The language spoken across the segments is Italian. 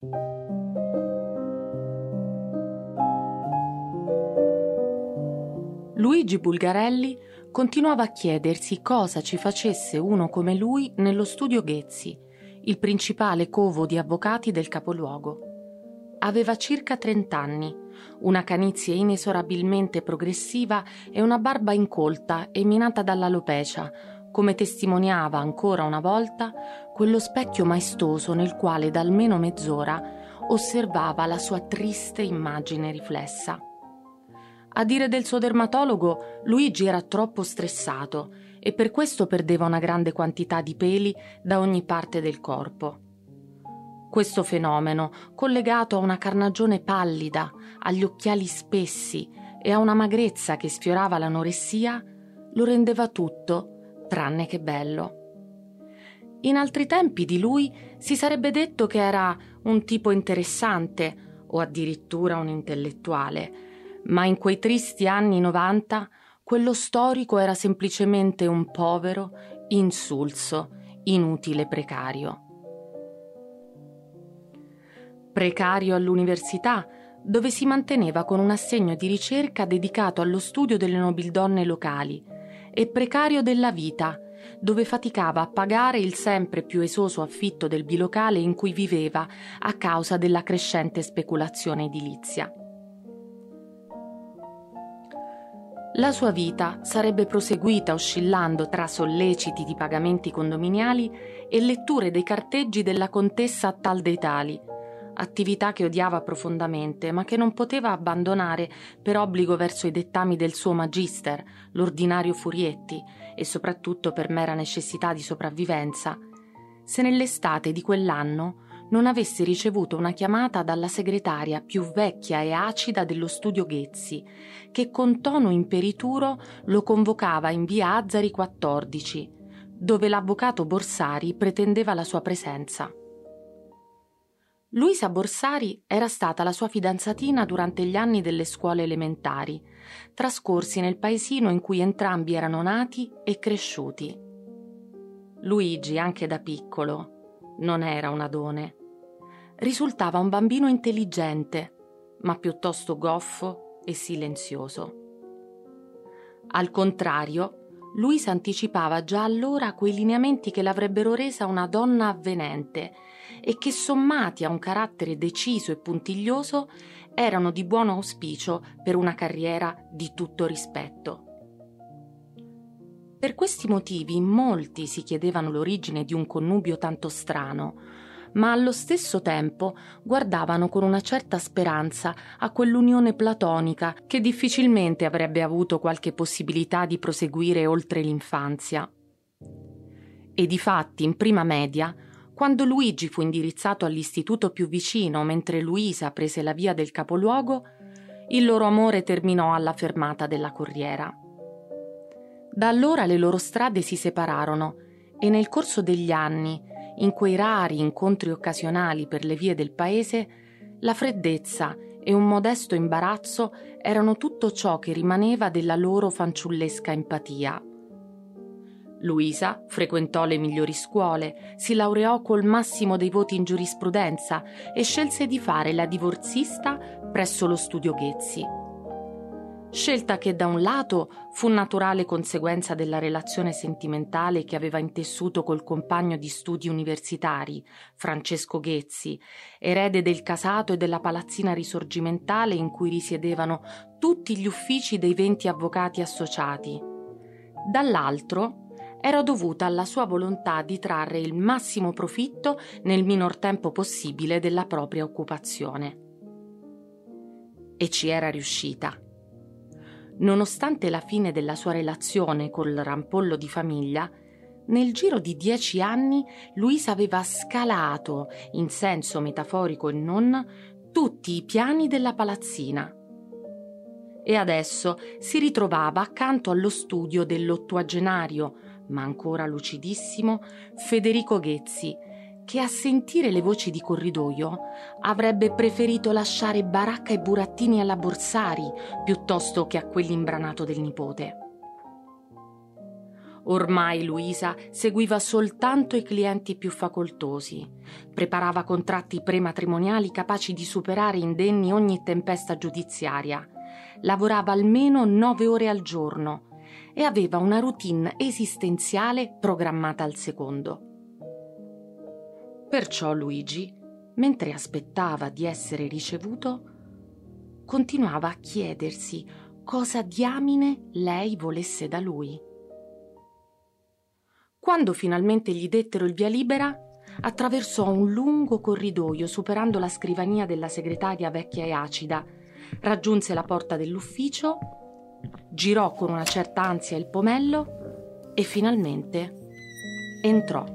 Luigi Bulgarelli continuava a chiedersi cosa ci facesse uno come lui nello studio Ghezzi, il principale covo di avvocati del capoluogo. Aveva circa 30 anni, una canizie inesorabilmente progressiva e una barba incolta e minata dall'alopecia, come testimoniava ancora una volta quello specchio maestoso nel quale da almeno mezz'ora osservava la sua triste immagine riflessa. A dire del suo dermatologo, Luigi era troppo stressato e per questo perdeva una grande quantità di peli da ogni parte del corpo. Questo fenomeno, collegato a una carnagione pallida, agli occhiali spessi e a una magrezza che sfiorava l'anoressia, lo rendeva tutto tranne che bello. In altri tempi di lui si sarebbe detto che era un tipo interessante o addirittura un intellettuale, ma in quei tristi anni 90 quello storico era semplicemente un povero, insulso, inutile precario. Precario all'università, dove si manteneva con un assegno di ricerca dedicato allo studio delle nobildonne locali, e precario della vita, dove faticava a pagare il sempre più esoso affitto del bilocale in cui viveva a causa della crescente speculazione edilizia. La sua vita sarebbe proseguita oscillando tra solleciti di pagamenti condominiali e letture dei carteggi della contessa tal dei tali, attività che odiava profondamente ma che non poteva abbandonare per obbligo verso i dettami del suo magister, l'ordinario Furietti, e soprattutto per mera necessità di sopravvivenza, se nell'estate di quell'anno non avesse ricevuto una chiamata dalla segretaria più vecchia e acida dello studio Ghezzi, che con tono imperituro lo convocava in via Azzari 14, dove l'avvocato Borsari pretendeva la sua presenza. Luisa Borsari era stata la sua fidanzatina durante gli anni delle scuole elementari, trascorsi nel paesino in cui entrambi erano nati e cresciuti. Luigi, anche da piccolo, non era un adone. Risultava un bambino intelligente, ma piuttosto goffo e silenzioso. Al contrario, Luisa anticipava già allora quei lineamenti che l'avrebbero resa una donna avvenente e che, sommati a un carattere deciso e puntiglioso, erano di buon auspicio per una carriera di tutto rispetto. Per questi motivi molti si chiedevano l'origine di un connubio tanto strano, ma allo stesso tempo guardavano con una certa speranza a quell'unione platonica che difficilmente avrebbe avuto qualche possibilità di proseguire oltre l'infanzia. E difatti, in prima media, quando Luigi fu indirizzato all'istituto più vicino mentre Luisa prese la via del capoluogo, il loro amore terminò alla fermata della corriera. Da allora le loro strade si separarono e nel corso degli anni, in quei rari incontri occasionali per le vie del paese, la freddezza e un modesto imbarazzo erano tutto ciò che rimaneva della loro fanciullesca empatia. Luisa frequentò le migliori scuole, si laureò col massimo dei voti in giurisprudenza e scelse di fare la divorzista presso lo studio Ghezzi. Scelta che da un lato fu naturale conseguenza della relazione sentimentale che aveva intessuto col compagno di studi universitari, Francesco Ghezzi, erede del casato e della palazzina risorgimentale in cui risiedevano tutti gli uffici dei 20 avvocati associati. Dall'altro era dovuta alla sua volontà di trarre il massimo profitto nel minor tempo possibile della propria occupazione. E ci era riuscita. Nonostante la fine della sua relazione col rampollo di famiglia, nel giro di 10 anni Luisa aveva scalato, in senso metaforico e non, tutti i piani della palazzina. E adesso si ritrovava accanto allo studio dell'ottuagenario, ma ancora lucidissimo, Federico Ghezzi, che a sentire le voci di corridoio avrebbe preferito lasciare baracca e burattini alla Borsari piuttosto che a quell'imbranato del nipote. Ormai Luisa seguiva soltanto i clienti più facoltosi, preparava contratti prematrimoniali capaci di superare indenni ogni tempesta giudiziaria, lavorava almeno 9 ore al giorno e aveva una routine esistenziale programmata al secondo. Perciò Luigi, mentre aspettava di essere ricevuto, continuava a chiedersi cosa diamine lei volesse da lui. Quando finalmente gli dettero il via libera, attraversò un lungo corridoio superando la scrivania della segretaria vecchia e acida, raggiunse la porta dell'ufficio, girò con una certa ansia il pomello e finalmente entrò.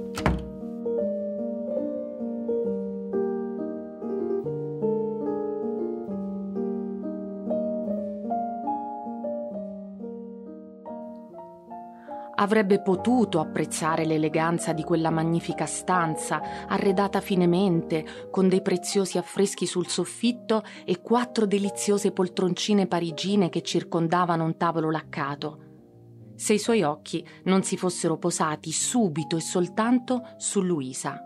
Avrebbe potuto apprezzare l'eleganza di quella magnifica stanza, arredata finemente, con dei preziosi affreschi sul soffitto e 4 deliziose poltroncine parigine che circondavano un tavolo laccato, se i suoi occhi non si fossero posati subito e soltanto su Luisa.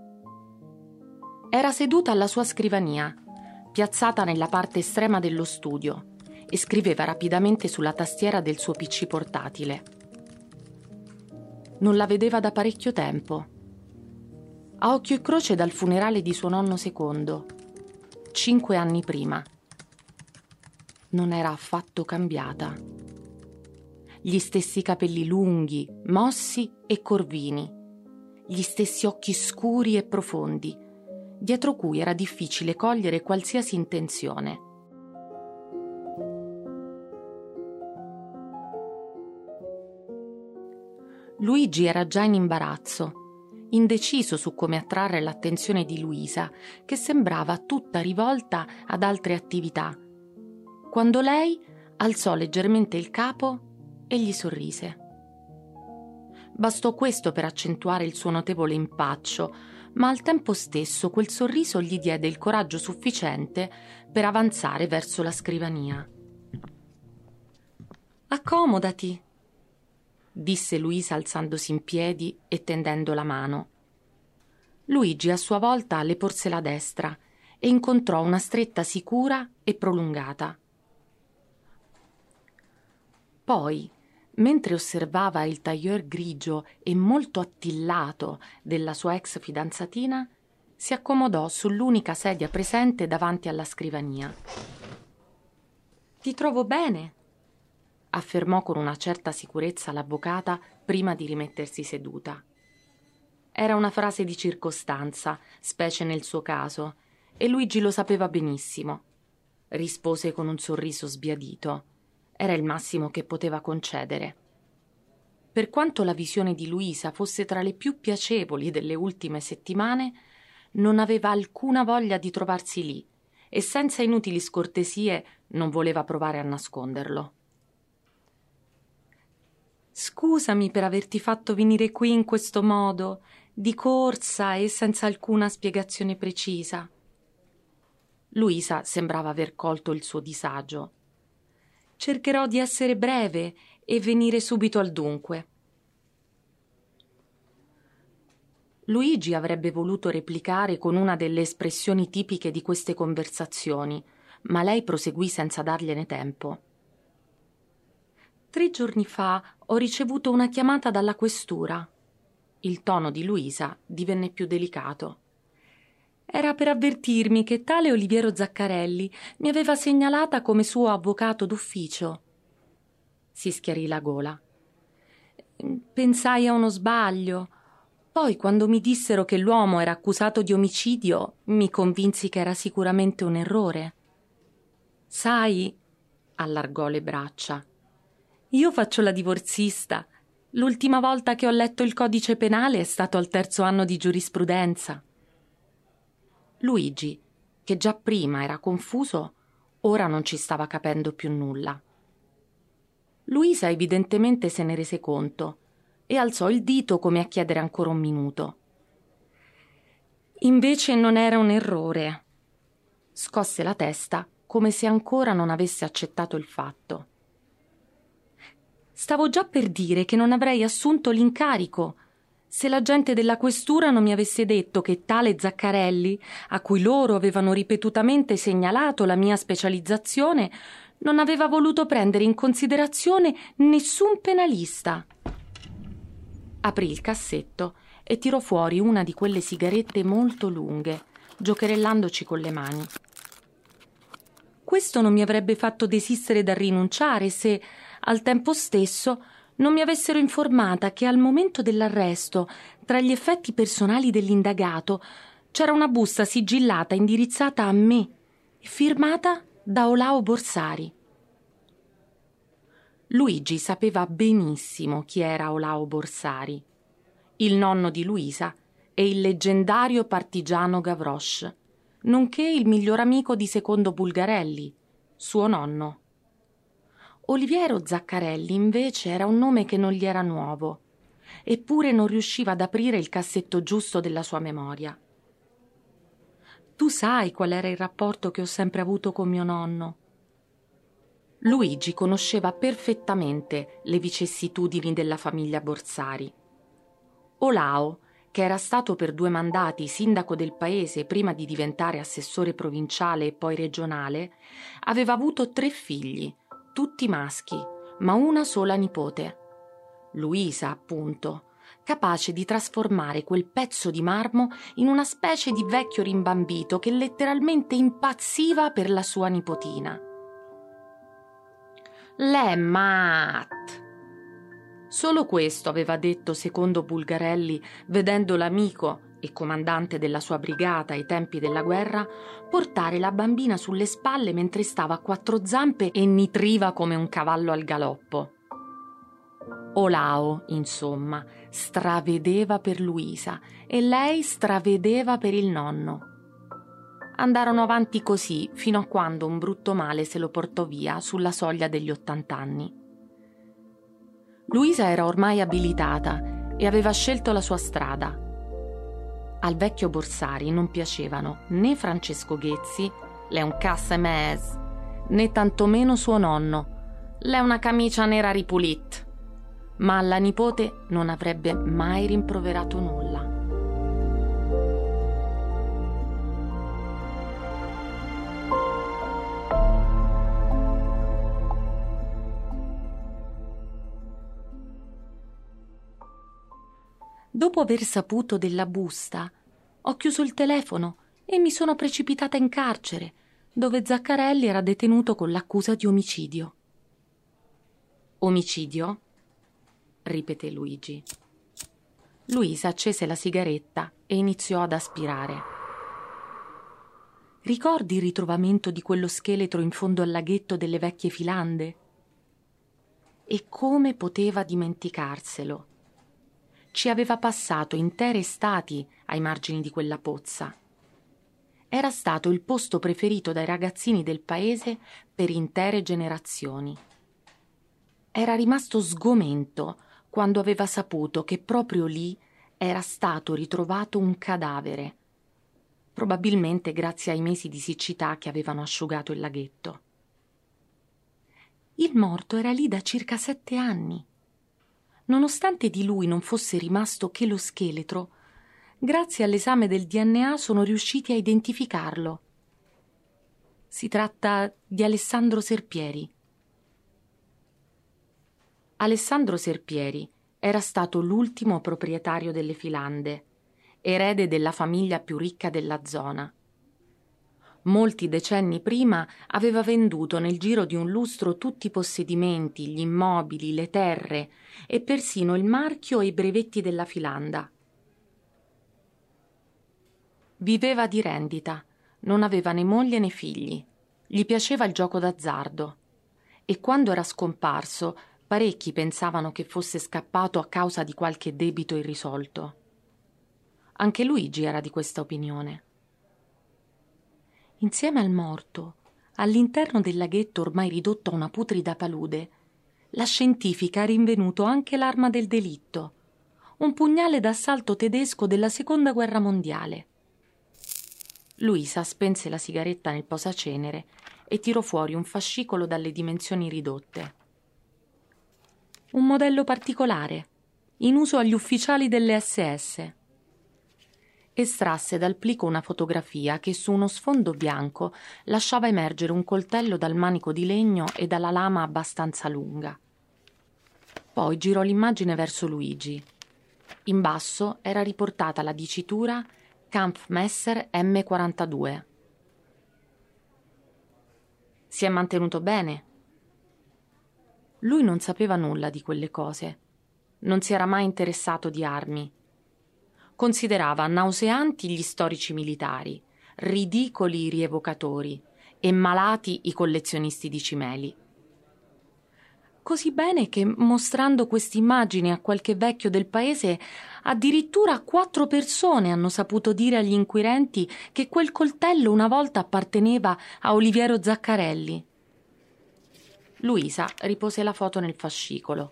Era seduta alla sua scrivania, piazzata nella parte estrema dello studio, e scriveva rapidamente sulla tastiera del suo PC portatile. Non la vedeva da parecchio tempo. A occhio e croce dal funerale di suo nonno secondo, 5 anni prima. Non era affatto cambiata. Gli stessi capelli lunghi, mossi e corvini, gli stessi occhi scuri e profondi, dietro cui era difficile cogliere qualsiasi intenzione. Luigi era già in imbarazzo, indeciso su come attrarre l'attenzione di Luisa, che sembrava tutta rivolta ad altre attività, quando lei alzò leggermente il capo e gli sorrise. Bastò questo per accentuare il suo notevole impaccio, ma al tempo stesso quel sorriso gli diede il coraggio sufficiente per avanzare verso la scrivania. «Accomodati», disse Luisa alzandosi in piedi e tendendo la mano. Luigi a sua volta le porse la destra e incontrò una stretta sicura e prolungata. Poi, mentre osservava il tailleur grigio e molto attillato della sua ex fidanzatina, si accomodò sull'unica sedia presente davanti alla scrivania. «Ti trovo bene», affermò con una certa sicurezza l'avvocata prima di rimettersi seduta. Era una frase di circostanza, specie nel suo caso, e Luigi lo sapeva benissimo. Rispose con un sorriso sbiadito. Era il massimo che poteva concedere. Per quanto la visione di Luisa fosse tra le più piacevoli delle ultime settimane, non aveva alcuna voglia di trovarsi lì e senza inutili scortesie non voleva provare a nasconderlo. «Scusami per averti fatto venire qui in questo modo, di corsa e senza alcuna spiegazione precisa». Luisa sembrava aver colto il suo disagio. «Cercherò di essere breve e venire subito al dunque». Luigi avrebbe voluto replicare con una delle espressioni tipiche di queste conversazioni, ma lei proseguì senza dargliene tempo. «3 giorni fa ho ricevuto una chiamata dalla questura». Il tono di Luisa divenne più delicato. «Era per avvertirmi che tale Oliviero Zaccarelli mi aveva segnalata come suo avvocato d'ufficio». Si schiarì la gola. «Pensai a uno sbaglio. Poi, quando mi dissero che l'uomo era accusato di omicidio, mi convinsi che era sicuramente un errore. Sai», allargò le braccia, «io faccio la divorzista. L'ultima volta che ho letto il codice penale è stato al 3° anno di giurisprudenza». Luigi, che già prima era confuso, ora non ci stava capendo più nulla. Luisa evidentemente se ne rese conto e alzò il dito come a chiedere ancora un minuto. «Invece non era un errore». Scosse la testa come se ancora non avesse accettato il fatto. Stavo già per dire che non avrei assunto l'incarico se la gente della questura non mi avesse detto che tale Zaccarelli, a cui loro avevano ripetutamente segnalato la mia specializzazione, non aveva voluto prendere in considerazione nessun penalista. Aprì il cassetto e tirò fuori una di quelle sigarette molto lunghe, giocherellandoci con le mani. Questo non mi avrebbe fatto desistere dal rinunciare se, al tempo stesso, non mi avessero informata che al momento dell'arresto, tra gli effetti personali dell'indagato, c'era una busta sigillata indirizzata a me e firmata da Olao Borsari. Luigi sapeva benissimo chi era Olao Borsari, il nonno di Luisa e il leggendario partigiano Gavroche, nonché il miglior amico di Secondo Bulgarelli, suo nonno. Oliviero Zaccarelli, invece, era un nome che non gli era nuovo, eppure non riusciva ad aprire il cassetto giusto della sua memoria. Tu sai qual era il rapporto che ho sempre avuto con mio nonno. Luigi conosceva perfettamente le vicissitudini della famiglia Borsari. Olao, che era stato per 2 mandati sindaco del paese prima di diventare assessore provinciale e poi regionale, aveva avuto 3 figli, tutti maschi, ma una sola nipote. Luisa, appunto, capace di trasformare quel pezzo di marmo in una specie di vecchio rimbambito che letteralmente impazziva per la sua nipotina. «L'è mat!» Solo questo aveva detto Secondo Bulgarelli, vedendo l'amico e comandante della sua brigata ai tempi della guerra portare la bambina sulle spalle mentre stava a 4 zampe e nitriva come un cavallo al galoppo. Olao, insomma, stravedeva per Luisa e lei stravedeva per il nonno. Andarono avanti così fino a quando un brutto male se lo portò via sulla soglia degli 80 anni. Luisa era ormai abilitata e aveva scelto la sua strada. Al vecchio Borsari non piacevano né Francesco Ghezzi, l'è un cassemès, né tantomeno suo nonno, l'è una camicia nera ripulit, ma alla nipote non avrebbe mai rimproverato nulla. Dopo aver saputo della busta, ho chiuso il telefono e mi sono precipitata in carcere, dove Zaccarelli era detenuto con l'accusa di omicidio. Omicidio? Ripeté Luigi. Luisa accese la sigaretta e iniziò ad aspirare. Ricordi il ritrovamento di quello scheletro in fondo al laghetto delle vecchie filande? E come poteva dimenticarselo? Ci aveva passato intere estati ai margini di quella pozza. Era stato il posto preferito dai ragazzini del paese per intere generazioni. Era rimasto sgomento quando aveva saputo che proprio lì era stato ritrovato un cadavere, probabilmente grazie ai mesi di siccità che avevano asciugato il laghetto. Il morto era lì da circa 7 anni. Nonostante di lui non fosse rimasto che lo scheletro, grazie all'esame del DNA sono riusciti a identificarlo. Si tratta di Alessandro Serpieri. Alessandro Serpieri era stato l'ultimo proprietario delle Filande, erede della famiglia più ricca della zona. Molti decenni prima aveva venduto nel giro di un lustro tutti i possedimenti, gli immobili, le terre e persino il marchio e i brevetti della Filanda. Viveva di rendita, non aveva né moglie né figli, gli piaceva il gioco d'azzardo e quando era scomparso parecchi pensavano che fosse scappato a causa di qualche debito irrisolto. Anche Luigi era di questa opinione. Insieme al morto, all'interno del laghetto ormai ridotto a una putrida palude, la scientifica ha rinvenuto anche l'arma del delitto, un pugnale d'assalto tedesco della Seconda Guerra Mondiale. Luisa spense la sigaretta nel posacenere e tirò fuori un fascicolo dalle dimensioni ridotte. un modello particolare, in uso agli ufficiali delle SS. Estrasse dal plico una fotografia che su uno sfondo bianco lasciava emergere un coltello dal manico di legno e dalla lama abbastanza lunga. Poi girò l'immagine verso Luigi. In basso era riportata la dicitura Kampfmesser M42. Si è mantenuto bene? Lui non sapeva nulla di quelle cose. Non si era mai interessato di armi. Considerava nauseanti gli storici militari, ridicoli i rievocatori e malati i collezionisti di cimeli. Così bene che, mostrando queste immagini a qualche vecchio del paese, addirittura 4 persone hanno saputo dire agli inquirenti che quel coltello una volta apparteneva a Oliviero Zaccarelli. Luisa ripose la foto nel fascicolo.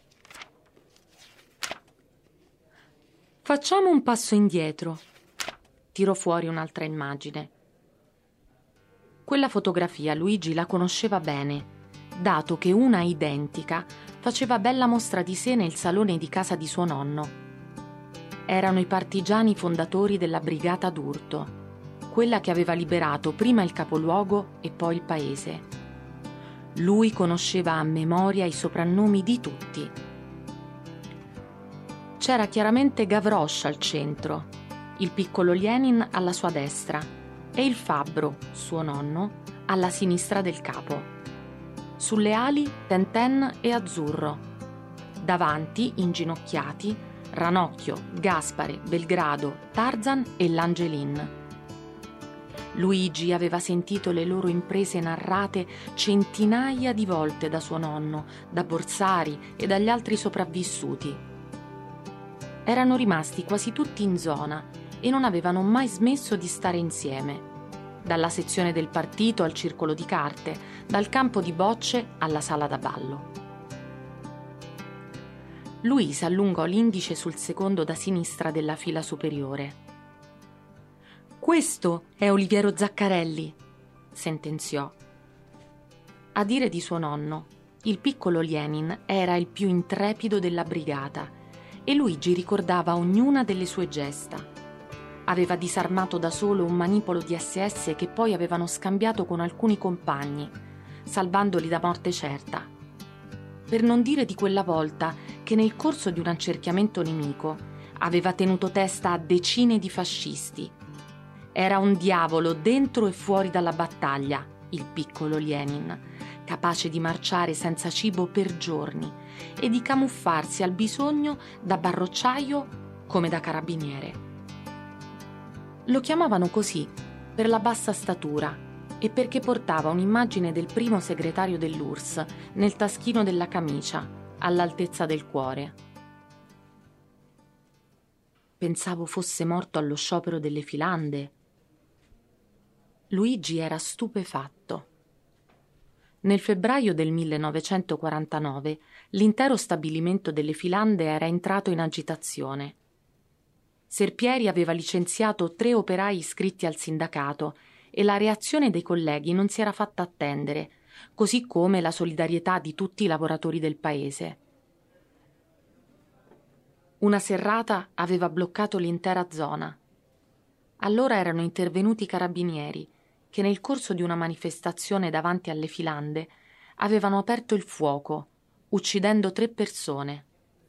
Facciamo un passo indietro. Tirò fuori un'altra immagine. Quella fotografia Luigi la conosceva bene, dato che una identica faceva bella mostra di sé nel salone di casa di suo nonno. Erano i partigiani fondatori della Brigata d'Urto, quella che aveva liberato prima il capoluogo e poi il paese. Lui conosceva a memoria i soprannomi di tutti. C'era chiaramente Gavroche al centro, il piccolo Lenin alla sua destra e il fabbro, suo nonno, alla sinistra del capo. Sulle ali Tenten e Azzurro. Davanti, inginocchiati, Ranocchio, Gaspare, Belgrado, Tarzan e l'Angelin. Luigi aveva sentito le loro imprese narrate centinaia di volte da suo nonno, da Borsari e dagli altri sopravvissuti. Erano rimasti quasi tutti in zona e non avevano mai smesso di stare insieme. Dalla sezione del partito al circolo di carte, dal campo di bocce alla sala da ballo. Luisa allungò l'indice sul secondo da sinistra della fila superiore. «Questo è Oliviero Zaccarelli», sentenziò. A dire di suo nonno, il piccolo Lenin era il più intrepido della brigata e Luigi ricordava ognuna delle sue gesta. Aveva disarmato da solo un manipolo di SS che poi avevano scambiato con alcuni compagni, salvandoli da morte certa. Per non dire di quella volta che nel corso di un accerchiamento nemico aveva tenuto testa a decine di fascisti. Era un diavolo dentro e fuori dalla battaglia, il piccolo Lenin, capace di marciare senza cibo per giorni e di camuffarsi al bisogno da barrocciaio come da carabiniere. Lo chiamavano così per la bassa statura e perché portava un'immagine del primo segretario dell'URSS nel taschino della camicia, all'altezza del cuore. Pensavo fosse morto allo sciopero delle filande. Luigi era stupefatto. Nel febbraio del 1949 l'intero stabilimento delle filande era entrato in agitazione. Serpieri aveva licenziato 3 operai iscritti al sindacato e la reazione dei colleghi non si era fatta attendere, così come la solidarietà di tutti i lavoratori del paese. Una serrata aveva bloccato l'intera zona. Allora erano intervenuti i carabinieri, che nel corso di una manifestazione davanti alle filande avevano aperto il fuoco, uccidendo 3 persone.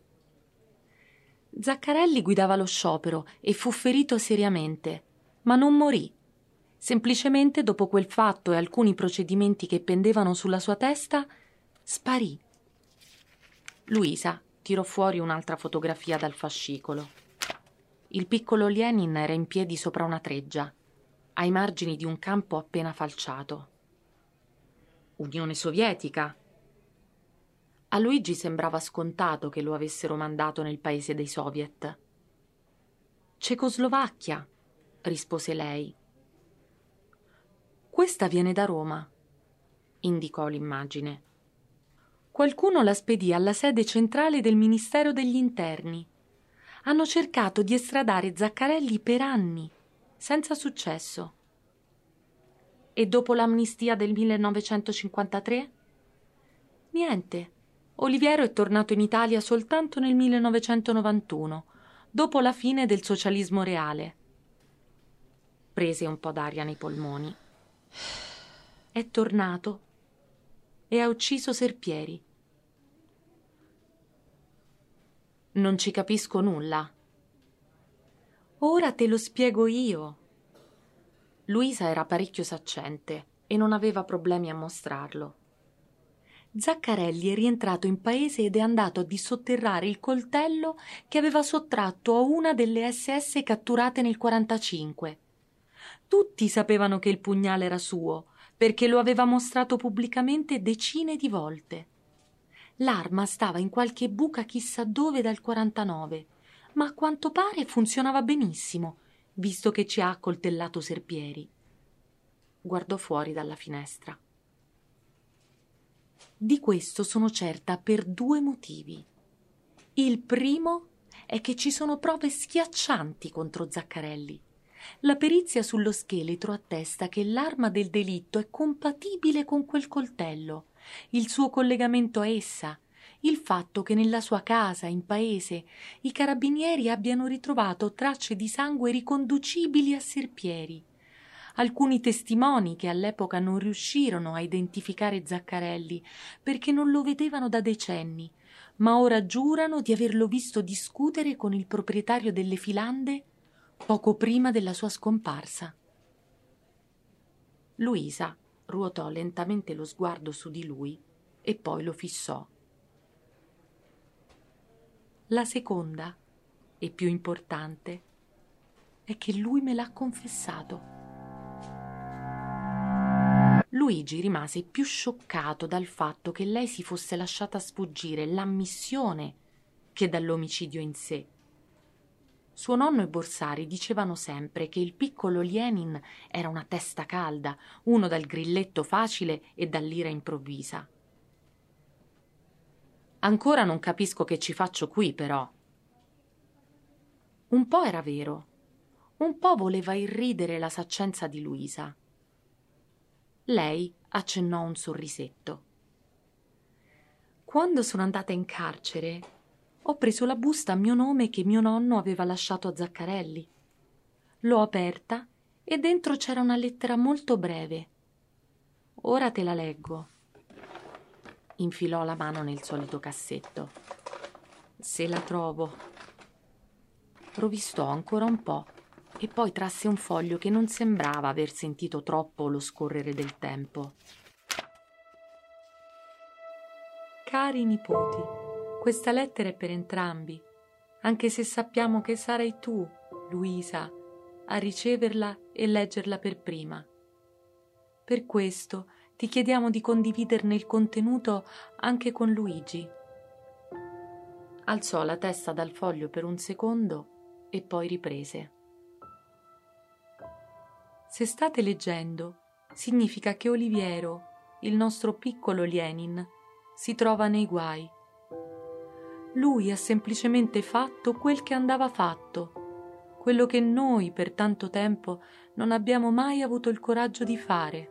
Zaccarelli guidava lo sciopero e fu ferito seriamente, ma non morì. Semplicemente dopo quel fatto e alcuni procedimenti che pendevano sulla sua testa, sparì. Luisa tirò fuori un'altra fotografia dal fascicolo. Il piccolo Lenin era in piedi sopra una treggia, ai margini di un campo appena falciato. Unione Sovietica. A Luigi sembrava scontato che lo avessero mandato nel paese dei soviet. Cecoslovacchia, rispose lei. Questa viene da Roma, indicò l'immagine. Qualcuno la spedì alla sede centrale del Ministero degli Interni. Hanno cercato di estradare Zaccarelli per anni, senza successo. E dopo l'amnistia del 1953? Niente. Oliviero è tornato in Italia soltanto nel 1991, dopo la fine del socialismo reale. Prese un po' d'aria nei polmoni. È tornato e ha ucciso Serpieri. Non ci capisco nulla. Ora te lo spiego io. Luisa era parecchio saccente e non aveva problemi a mostrarlo. Zaccarelli è rientrato in paese ed è andato a dissotterrare il coltello che aveva sottratto a una delle SS catturate nel 45. Tutti sapevano che il pugnale era suo, perché lo aveva mostrato pubblicamente decine di volte. L'arma stava in qualche buca chissà dove dal 49, ma a quanto pare funzionava benissimo, visto che ci ha accoltellato Serpieri. Guardò fuori dalla finestra. Di questo sono certa per 2 motivi. Il primo è che ci sono prove schiaccianti contro Zaccarelli. La perizia sullo scheletro attesta che l'arma del delitto è compatibile con quel coltello, il suo collegamento a essa, il fatto che nella sua casa, in paese, i carabinieri abbiano ritrovato tracce di sangue riconducibili a Serpieri. Alcuni testimoni che all'epoca non riuscirono a identificare Zaccarelli perché non lo vedevano da decenni, ma ora giurano di averlo visto discutere con il proprietario delle filande poco prima della sua scomparsa. Luisa ruotò lentamente lo sguardo su di lui e poi lo fissò. La seconda, e più importante, è che lui me l'ha confessato. Luigi rimase più scioccato dal fatto che lei si fosse lasciata sfuggire l'ammissione che dall'omicidio in sé. Suo nonno e Borsari dicevano sempre che il piccolo Lenin era una testa calda, uno dal grilletto facile e dall'ira improvvisa. Ancora non capisco che ci faccio qui, però. Un po' era vero, un po' voleva irridere la saccenza di Luisa. Lei accennò un sorrisetto. Quando sono andata in carcere, ho preso la busta a mio nome che mio nonno aveva lasciato a Zaccarelli. L'ho aperta e dentro c'era una lettera molto breve. Ora te la leggo. Infilò la mano nel solito cassetto. Se la trovo. Rovistò ancora un po' e poi trasse un foglio che non sembrava aver sentito troppo lo scorrere del tempo. Cari nipoti, questa lettera è per entrambi, anche se sappiamo che sarai tu, Luisa, a riceverla e leggerla per prima. Per questo ti chiediamo di condividerne il contenuto anche con Luigi. Alzò la testa dal foglio per un secondo e poi riprese. Se state leggendo, significa che Oliviero, il nostro piccolo Lenin, si trova nei guai. Lui ha semplicemente fatto quel che andava fatto, quello che noi per tanto tempo non abbiamo mai avuto il coraggio di fare.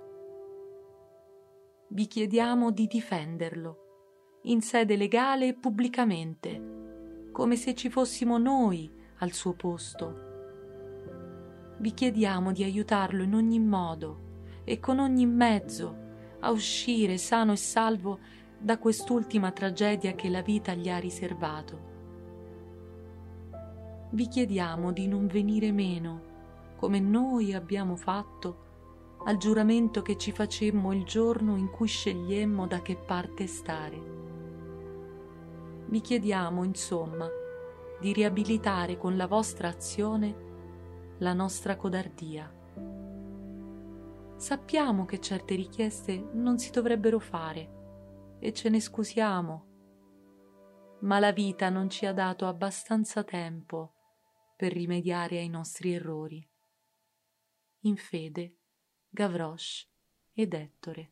Vi chiediamo di difenderlo, in sede legale e pubblicamente, come se ci fossimo noi al suo posto. Vi chiediamo di aiutarlo in ogni modo e con ogni mezzo a uscire sano e salvo da quest'ultima tragedia che la vita gli ha riservato. Vi chiediamo di non venire meno, come noi abbiamo fatto, al giuramento che ci facemmo il giorno in cui scegliemmo da che parte stare. Vi chiediamo, insomma, di riabilitare con la vostra azione la nostra codardia. Sappiamo che certe richieste non si dovrebbero fare e ce ne scusiamo, ma la vita non ci ha dato abbastanza tempo per rimediare ai nostri errori. In fede, Gavroche ed Ettore.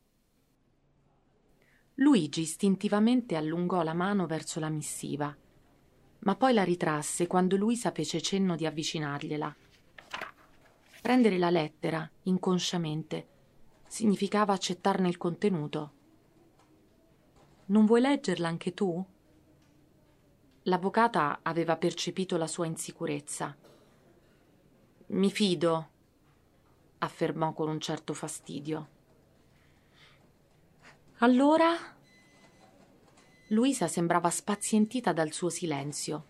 Luigi istintivamente allungò la mano verso la missiva, ma poi la ritrasse quando Luisa fece cenno di avvicinargliela. Prendere la lettera, inconsciamente, significava accettarne il contenuto. Non vuoi leggerla anche tu? L'avvocata aveva percepito la sua insicurezza. Mi fido, affermò con un certo fastidio. Allora? Luisa sembrava spazientita dal suo silenzio.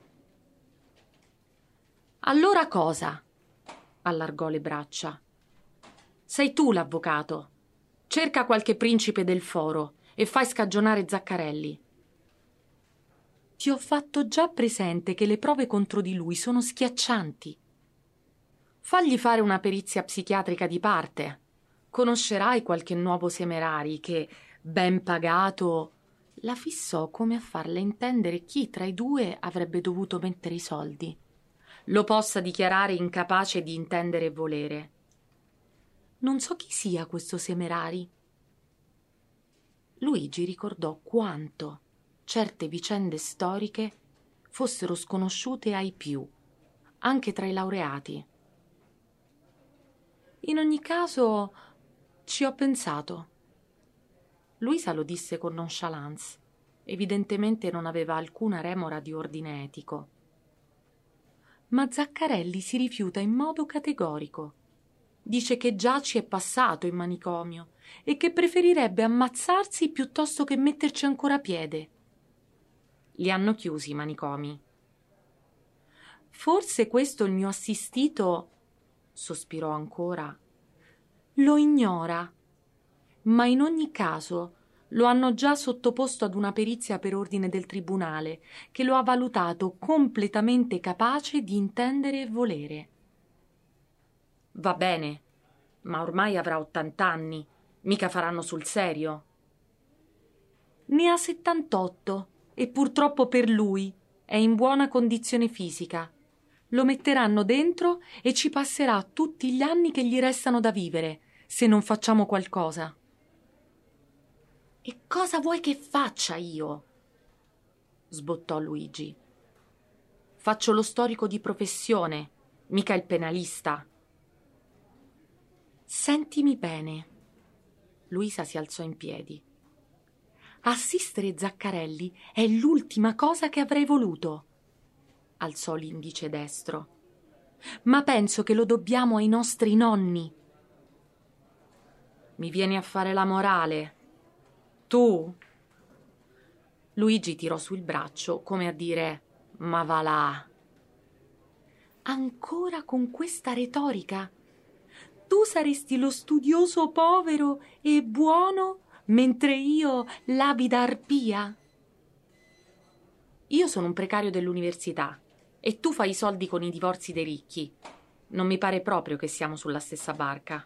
Allora cosa? Allargò le braccia. Sei tu l'avvocato. Cerca qualche principe del foro e fai scagionare Zaccarelli. Ti ho fatto già presente che le prove contro di lui sono schiaccianti. Fagli fare una perizia psichiatrica di parte. Conoscerai qualche nuovo Semerari che, ben pagato, la fissò come a farle intendere chi tra i due avrebbe dovuto mettere i soldi. Lo possa dichiarare incapace di intendere e volere. Non so chi sia questo Semerari. Luigi ricordò quanto certe vicende storiche fossero sconosciute ai più, anche tra i laureati. In ogni caso, ci ho pensato. Luisa lo disse con nonchalance. Evidentemente non aveva alcuna remora di ordine etico. Ma Zaccarelli si rifiuta in modo categorico. Dice che già ci è passato in manicomio e che preferirebbe ammazzarsi piuttosto che metterci ancora piede. Li hanno chiusi i manicomi. Forse questo il mio assistito, sospirò ancora, lo ignora, ma in ogni caso lo hanno già sottoposto ad una perizia per ordine del tribunale, che lo ha valutato completamente capace di intendere e volere. Va bene, ma ormai avrà 80 anni, mica faranno sul serio. Ne ha 78 e purtroppo per lui è in buona condizione fisica. Lo metteranno dentro e ci passerà tutti gli anni che gli restano da vivere, se non facciamo qualcosa. E cosa vuoi che faccia io? Sbottò Luigi. Faccio lo storico di professione, mica il penalista. Sentimi bene. Luisa si alzò in piedi. Assistere Zaccarelli è l'ultima cosa che avrei voluto. Alzò l'indice destro. Ma penso che lo dobbiamo ai nostri nonni. Mi vieni a fare la morale? Tu? Luigi tirò su il braccio come a dire: ma va là. Ancora con questa retorica? Tu saresti lo studioso povero e buono, mentre io l'avida arpia? Io sono un precario dell'università e tu fai i soldi con i divorzi dei ricchi. Non mi pare proprio che siamo sulla stessa barca.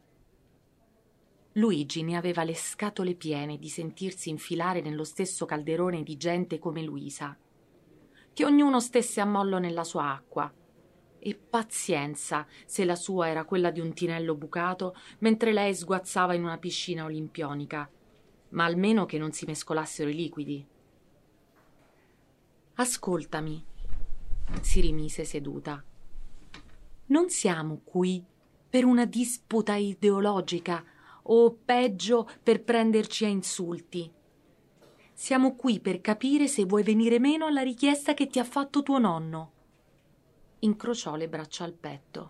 Luigi ne aveva le scatole piene di sentirsi infilare nello stesso calderone di gente come Luisa. Che ognuno stesse a mollo nella sua acqua. E pazienza se la sua era quella di un tinello bucato, mentre lei sguazzava in una piscina olimpionica. Ma almeno che non si mescolassero i liquidi. Ascoltami, si rimise seduta. Non siamo qui per una disputa ideologica o peggio per prenderci a insulti. Siamo qui per capire se vuoi venire meno alla richiesta che ti ha fatto tuo nonno. Incrociò le braccia al petto.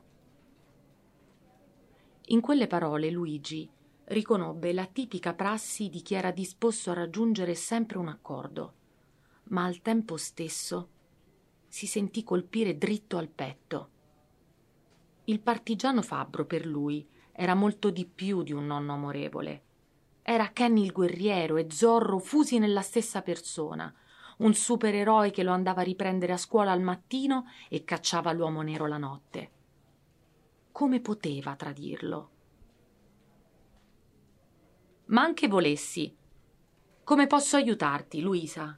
In quelle parole Luigi riconobbe la tipica prassi di chi era disposto a raggiungere sempre un accordo, ma al tempo stesso si sentì colpire dritto al petto. Il partigiano fabbro per lui era molto di più di un nonno amorevole. Era Kenny il guerriero e Zorro fusi nella stessa persona, un supereroe che lo andava a riprendere a scuola al mattino e cacciava l'uomo nero la notte. Come poteva tradirlo? Ma anche volessi. Come posso aiutarti, Luisa?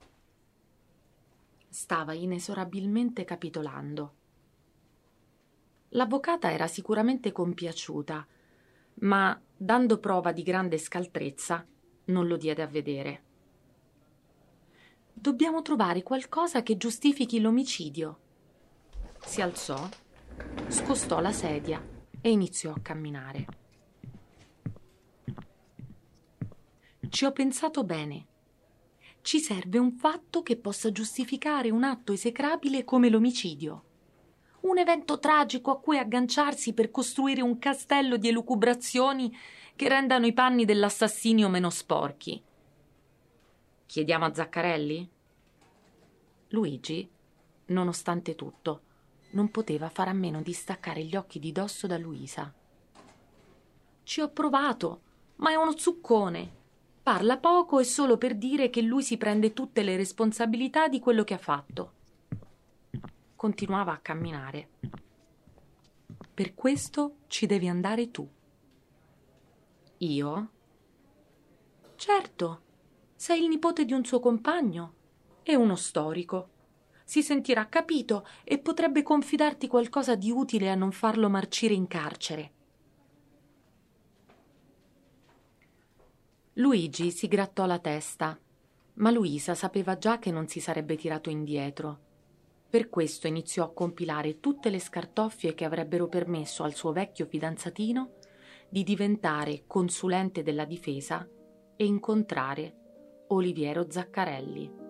Stava inesorabilmente capitolando. L'avvocata era sicuramente compiaciuta, ma, dando prova di grande scaltrezza, non lo diede a vedere. Dobbiamo trovare qualcosa che giustifichi l'omicidio. Si alzò, scostò la sedia e iniziò a camminare. Ci ho pensato bene. Ci serve un fatto che possa giustificare un atto esecrabile come l'omicidio. Un evento tragico a cui agganciarsi per costruire un castello di elucubrazioni che rendano i panni dell'assassinio meno sporchi. Chiediamo a Zaccarelli? Luigi, nonostante tutto, non poteva fare a meno di staccare gli occhi di dosso da Luisa. Ci ho provato, ma è uno zuccone. Parla poco e solo per dire che lui si prende tutte le responsabilità di quello che ha fatto. Continuava a camminare. Per questo ci devi andare tu. Io? Certo, sei il nipote di un suo compagno e uno storico. Si sentirà capito e potrebbe confidarti qualcosa di utile a non farlo marcire in carcere. Luigi si grattò la testa, ma Luisa sapeva già che non si sarebbe tirato indietro. Per questo iniziò a compilare tutte le scartoffie che avrebbero permesso al suo vecchio fidanzatino di diventare consulente della difesa e incontrare Oliviero Zaccarelli.